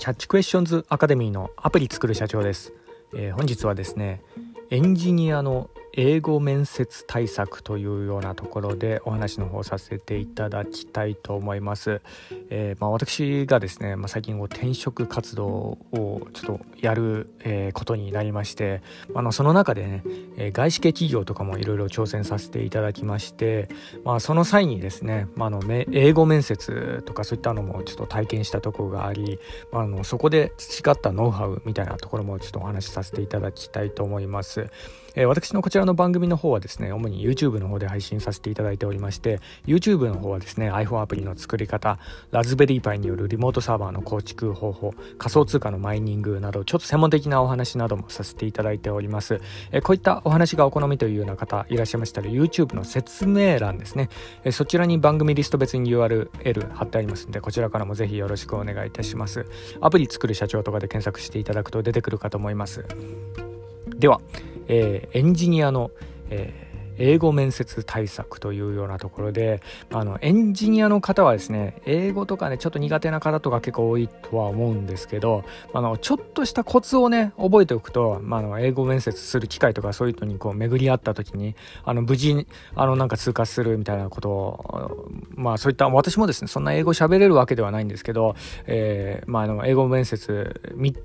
キャッチクエスチョンズアカデミーのアプリ作る社長です。本日はですね、エンジニアの英語面接対策というようなところでお話の方させていただきたいと思います。私がですね、最近転職活動をちょっとやる、ことになりまして、その中でね、外資系企業とかもいろいろ挑戦させていただきまして、その際にですね、英語面接とかそういったのもちょっと体験したところがあり、そこで培ったノウハウみたいなところもちょっとお話しさせていただきたいと思います。私のこちらの番組の方はですね、主に YouTube の方で配信させていただいておりまして、 YouTube の方はですね iPhone アプリの作り方、ラズベリーパイによるリモートサーバーの構築方法、仮想通貨のマイニングなどちょっと専門的なお話などもさせていただいております。こういったお話がお好みというような方いらっしゃいましたら YouTube の説明欄ですね、そちらに番組リスト別に URL 貼ってありますので、こちらからもぜひよろしくお願いいたします。アプリ作る社長とかで検索していただくと出てくるかと思います。では、エンジニアの、英語面接対策というようなところで、エンジニアの方はですね、英語とかねちょっと苦手な方とか結構多いとは思うんですけど、ちょっとしたコツをね覚えておくと、英語面接する機会とかそういうのに巡り合った時に無事に通過するみたいなことを、そういった、私もですねそんな英語喋れるわけではないんですけど、英語面接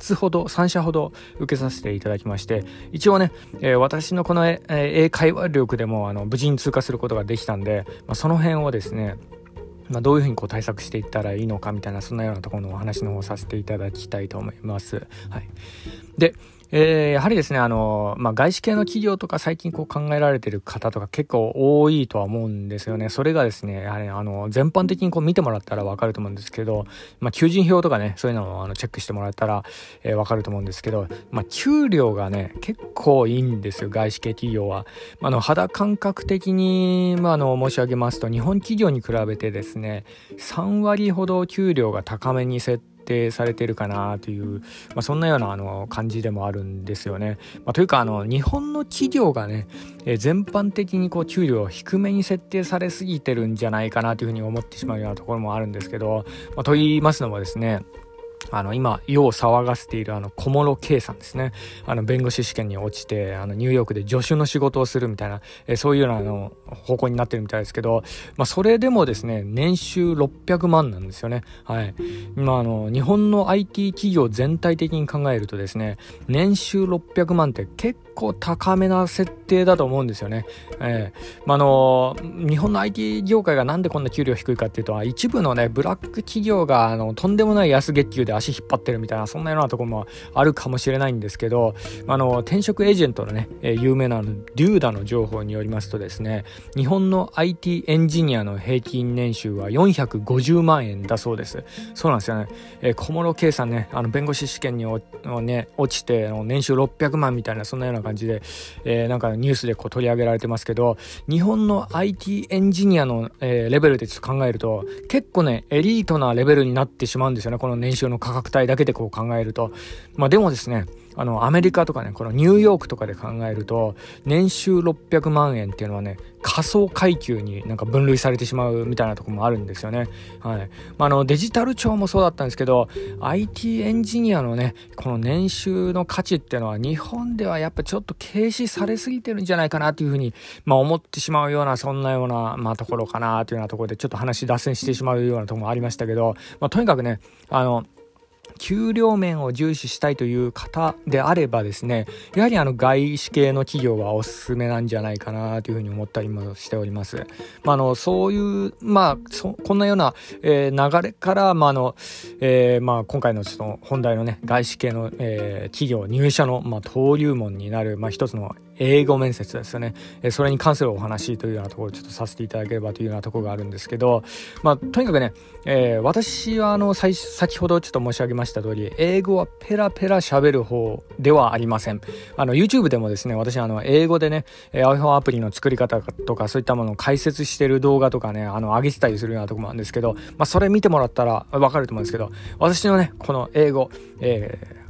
3社ほど受けさせていただきまして、一応ね、私のこの英会話力でも無事に通過することができたんで、その辺をですね、どういうふうに対策していったらいいのかみたいな、そんなようなところのお話の方をさせていただきたいと思います。はい。で、やはりですね、外資系の企業とか最近考えられている方とか結構多いとは思うんですよね。それがですね、やはり全般的に見てもらったら分かると思うんですけど、求人票とかね、そういうのをチェックしてもらったら、分かると思うんですけど、給料がね結構いいんですよ、外資系企業は。肌感覚的に、申し上げますと、日本企業に比べてですね3割ほど給料が高めに設定されているかなという、そんなような感じでもあるんですよね。というか日本の企業がね、全般的に給料を低めに設定されすぎてるんじゃないかなというふうに思ってしまうようなところもあるんですけど、と言いますのもですね、今世を騒がせている小室圭さんですね。弁護士試験に落ちてニューヨークで助手の仕事をするみたいな、そういうような方向になってるみたいですけど、それでもですね年収600万なんですよね。はい。日本の IT 企業全体的に考えるとですね、年収600万って結構高めな設定だと思うんですよね。日本の IT 業界がなんでこんな給料低いかっていうと、一部のねブラック企業がとんでもない安月給で足引っ張ってるみたいな、そんなようなところもあるかもしれないんですけど、転職エージェントのね、有名なデューダの情報によりますとですね、日本の IT エンジニアの平均年収は450万円だそうです。そうなんですよね。小室圭さんね、弁護士試験に落ちて年収600万みたいな、そんなような感じで、ニュースで取り上げられてますけど、日本の IT エンジニアの、レベルでちょっと考えると結構ねエリートなレベルになってしまうんですよね、この年収の価格帯だけで考えると。でもですね、アメリカとかね、このニューヨークとかで考えると年収600万円っていうのはね仮想階級に分類されてしまうみたいなところもあるんですよね。はい。デジタル庁もそうだったんですけど、 IT エンジニアのねこの年収の価値っていうのは日本ではやっぱちょっと軽視されすぎてるんじゃないかなというふうに、思ってしまうような、そんなような、ところかなというようなところでちょっと話脱線してしまうようなところもありましたけど、とにかくね給料面を重視したいという方であればですね、やはり外資系の企業はおすすめなんじゃないかなというふうに思ったりもしております。そういうこんなような、流れから、今回のその本題のね外資系の、企業入社の、登竜門になる、一つの英語面接ですよね。それに関するお話というようなところをちょっとさせていただければというようなところがあるんですけど、とにかくね、私は先ほどちょっと申し上げました通り、英語はペラペラ喋る方ではありません。YouTube でもですね、私英語でね iPhone アプリの作り方とかそういったものを解説してる動画とかね上げてたりするようなところもあるんですけど、それ見てもらったら分かると思うんですけど、私のねこの英語、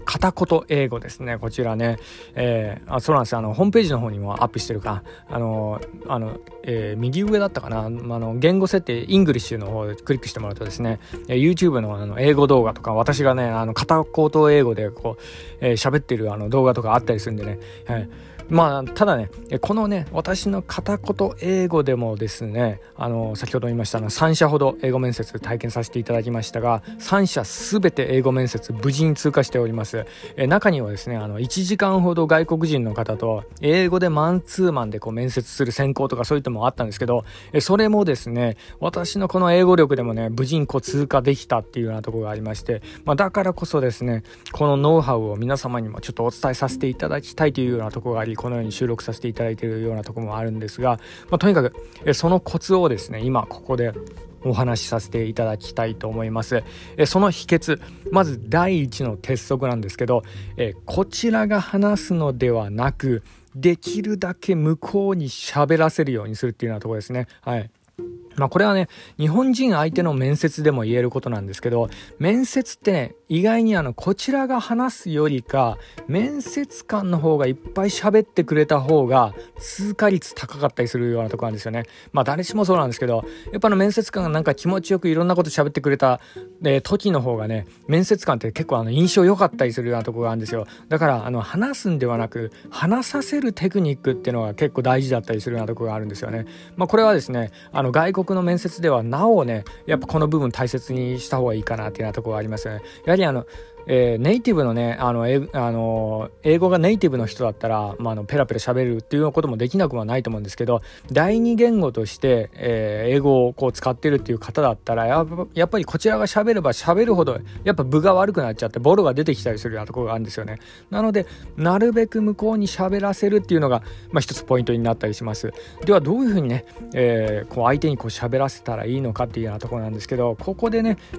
片言英語ですね。こちらね、そうなんですよ。ホームページの方にもアップしてるか、右上だったかな、言語設定イングリッシュの方でクリックしてもらうとですね、YouTube の英語動画とか、私がね片言英語でこう喋ってる動画とかあったりするんでね、ただね、このね私の片言英語でもですね、先ほど言いました3社ほど英語面接体験させていただきましたが、3社すべて英語面接無事に通過しております。中にはですね1時間ほど外国人の方と英語でマンツーマンでこう面接する選考とかそういったのもあったんですけど、それもですね私のこの英語力でもね無事にこう通過できたっていうようなところがありまして、だからこそですねこのノウハウを皆様にもちょっとお伝えさせていただきたいというようなところがあり、このように収録させていただいているようなところもあるんですが、とにかくそのコツをですね今ここでお話しさせていただきたいと思います。その秘訣、まず第一の鉄則なんですけど、こちらが話すのではなくできるだけ向こうに喋らせるようにするっていうようなところですね。これはね日本人相手の面接でも言えることなんですけど、面接ってね意外にこちらが話すよりか面接官の方がいっぱい喋ってくれた方が通過率高かったりするようなところなんですよね。誰しもそうなんですけど、やっぱ面接官がなんか気持ちよくいろんなこと喋ってくれた時の方がね、面接官って結構印象良かったりするようなところがあるんですよ。だから話すんではなく話させるテクニックっていうのが結構大事だったりするようなところがあるんですよね。これはですね外国の面接ではなおねやっぱこの部分大切にした方がいいかなっていうようなところがありますよね。やはりネイティブのね英語がネイティブの人だったら、ペラペラ喋るっていうこともできなくはないと思うんですけど、第二言語として、英語をこう使ってるっていう方だったらやっぱりこちらが喋れば喋るほどやっぱ分が悪くなっちゃってボロが出てきたりするようなところがあるんですよね。なのでなるべく向こうに喋らせるっていうのが、一つポイントになったりします。ではどういうふうにね、こう相手にこう喋らせたらいいのかっていうようなところなんですけど、ここでね、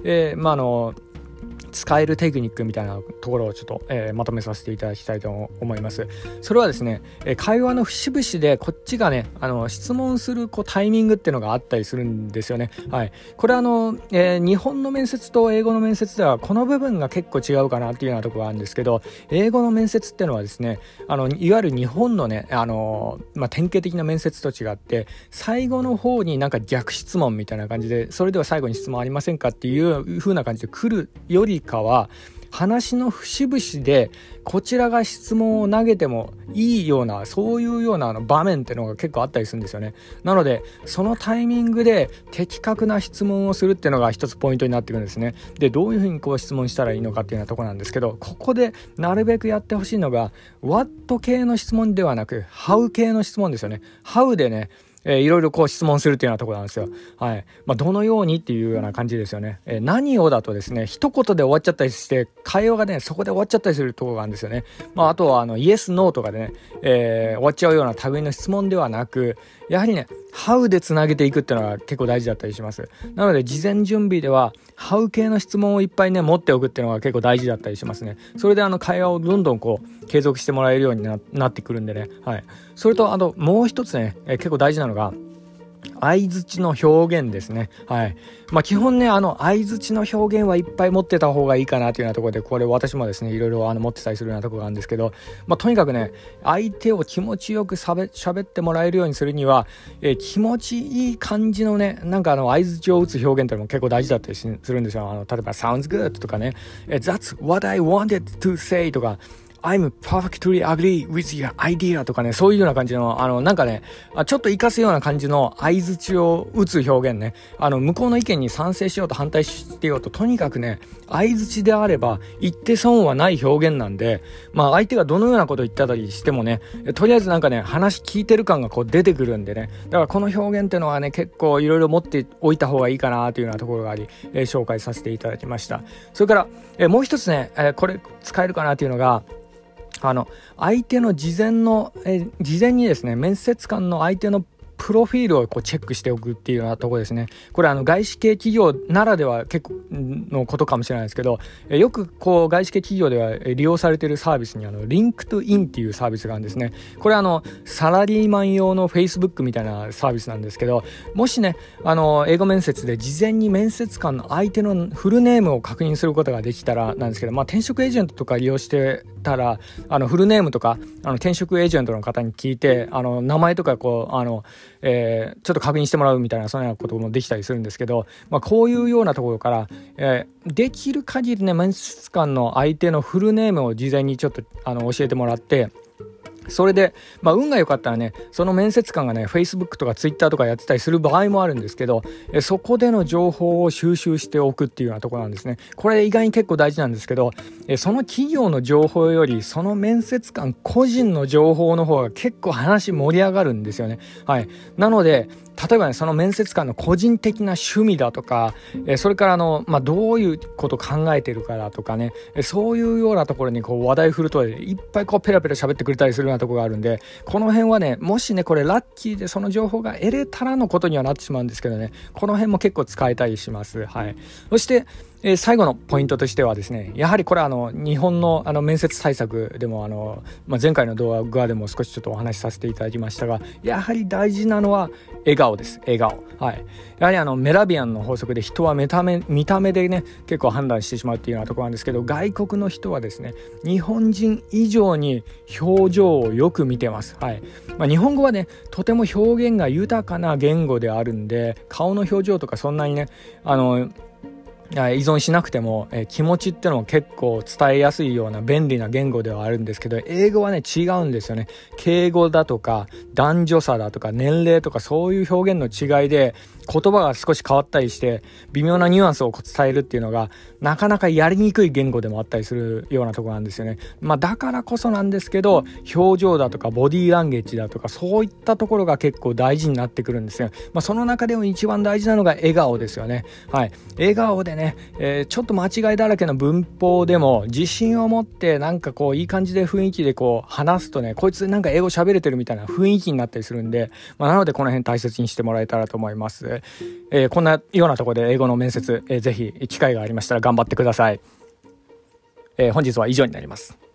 使えるテクニックみたいなところをちょっと、まとめさせていただきたいと思います。それはですね、会話の節々でこっちがね質問するタイミングっていうのがあったりするんですよね。これは日本の面接と英語の面接ではこの部分が結構違うかなっていうようなところがあるんですけど、英語の面接っていうのはですねいわゆる日本のね典型的な面接と違って最後の方になんか逆質問みたいな感じで、それでは最後に質問ありませんかっていう風な感じで来るよりかは話の節々でこちらが質問を投げてもいいようなそういうような場面っていうのが結構あったりするんですよね。なのでそのタイミングで的確な質問をするっていうのが一つポイントになってくるんですね。でどういうふうにこう質問したらいいのかっていうようなところなんですけど、ここでなるべくやってほしいのが What 系の質問ではなく How 系の質問ですよね。How でねいろいろこう質問するっていうようなところなんですよ。どのようにっていうような感じですよね。何をだとですね一言で終わっちゃったりして会話がねそこで終わっちゃったりするところがあるんですよね。あとはイエスノーとかでね、終わっちゃうような類の質問ではなく、やはりね How でつなげていくっていうのが結構大事だったりします。なので事前準備では How 系の質問をいっぱいね持っておくっていうのが結構大事だったりしますね。それで会話をどんどんこう継続してもらえるように なってくるんでね。それともう一つね、結構大事なのが相槌の表現ですね。基本ね相槌の表現はいっぱい持ってた方がいいかなというようなところで、これ私もですねいろいろ持ってたりするようなところがあるんですけど、とにかくね相手を気持ちよく喋ってもらえるようにするには、気持ちいい感じのねなんか相槌を打つ表現っていうのも結構大事だったりするんですよ。例えば sounds good とかね that's what I wanted to say とかI'm perfectly agree with your idea とかね、そういうような感じのなんかねちょっと活かすような感じの相槌を打つ表現ね、向こうの意見に賛成しようと反対してようととにかくね相槌であれば言って損はない表現なんで、相手がどのようなことを言ったりしてもねとりあえずなんかね話聞いてる感がこう出てくるんでね、だからこの表現っていうのはね結構いろいろ持っておいた方がいいかなというようなところがあり、紹介させていただきました。それからもう一つね、これ使えるかなというのが相手の事前にですね面接官の相手のプロフィールをチェックしておくっていうようなところですね。これ外資系企業ならでは結構のことかもしれないですけど、よく外資系企業では利用されているサービスにリンクトインっていうサービスがあるんですね。これサラリーマン用の Facebook みたいなサービスなんですけど、もしね英語面接で事前に面接官の相手のフルネームを確認することができたらなんですけど、転職エージェントとか利用してたらフルネームとか転職エージェントの方に聞いて名前とかちょっと確認してもらうみたいなそんなこともできたりするんですけど、こういうようなところから、できる限りね面接官の相手のフルネームを事前にちょっと教えてもらって、それで、運が良かったらねその面接官がね Facebook とか Twitter とかやってたりする場合もあるんですけど、そこでの情報を収集しておくっていうようなところなんですね。これ意外に結構大事なんですけど、その企業の情報よりその面接官個人の情報の方が結構話盛り上がるんですよね。はい。なので例えばねその面接官の個人的な趣味だとか、それからどういうことを考えてるかだとかね、そういうようなところに話題振るといっぱいペラペラ喋ってくれたりするようなところがあるんで、この辺はねもしねこれラッキーでその情報が得れたらのことにはなってしまうんですけどね、この辺も結構使えたりします。はい。そして最後のポイントとしてはですね、やはりこれ日本の面接対策でも前回の動画でも少しちょっとお話しさせていただきましたが、やはり大事なのは笑顔です。笑顔。はい。やはりメラビアンの法則で人は見た目でね結構判断してしまうっていうようなところなんですけど、外国の人はですね日本人以上に表情をよく見てます。はい。日本語はねとても表現が豊かな言語であるんで、顔の表情とかそんなにね依存しなくても、気持ちってのも結構伝えやすいような便利な言語ではあるんですけど、英語はね違うんですよね。敬語だとか男女差だとか年齢とかそういう表現の違いで言葉が少し変わったりして微妙なニュアンスを伝えるっていうのがなかなかやりにくい言語でもあったりするようなところなんですよね。だからこそなんですけど、表情だとかボディーランゲージだとかそういったところが結構大事になってくるんですよ。その中でも一番大事なのが笑顔ですよね。はい。笑顔でねちょっと間違いだらけの文法でも自信を持っていい感じで雰囲気で話すとね、こいつ英語喋れてるみたいな雰囲気になったりするんで、なのでこの辺大切にしてもらえたらと思います。こんなようなところで英語の面接、ぜひ機会がありましたら頑張ってください。本日は以上になります。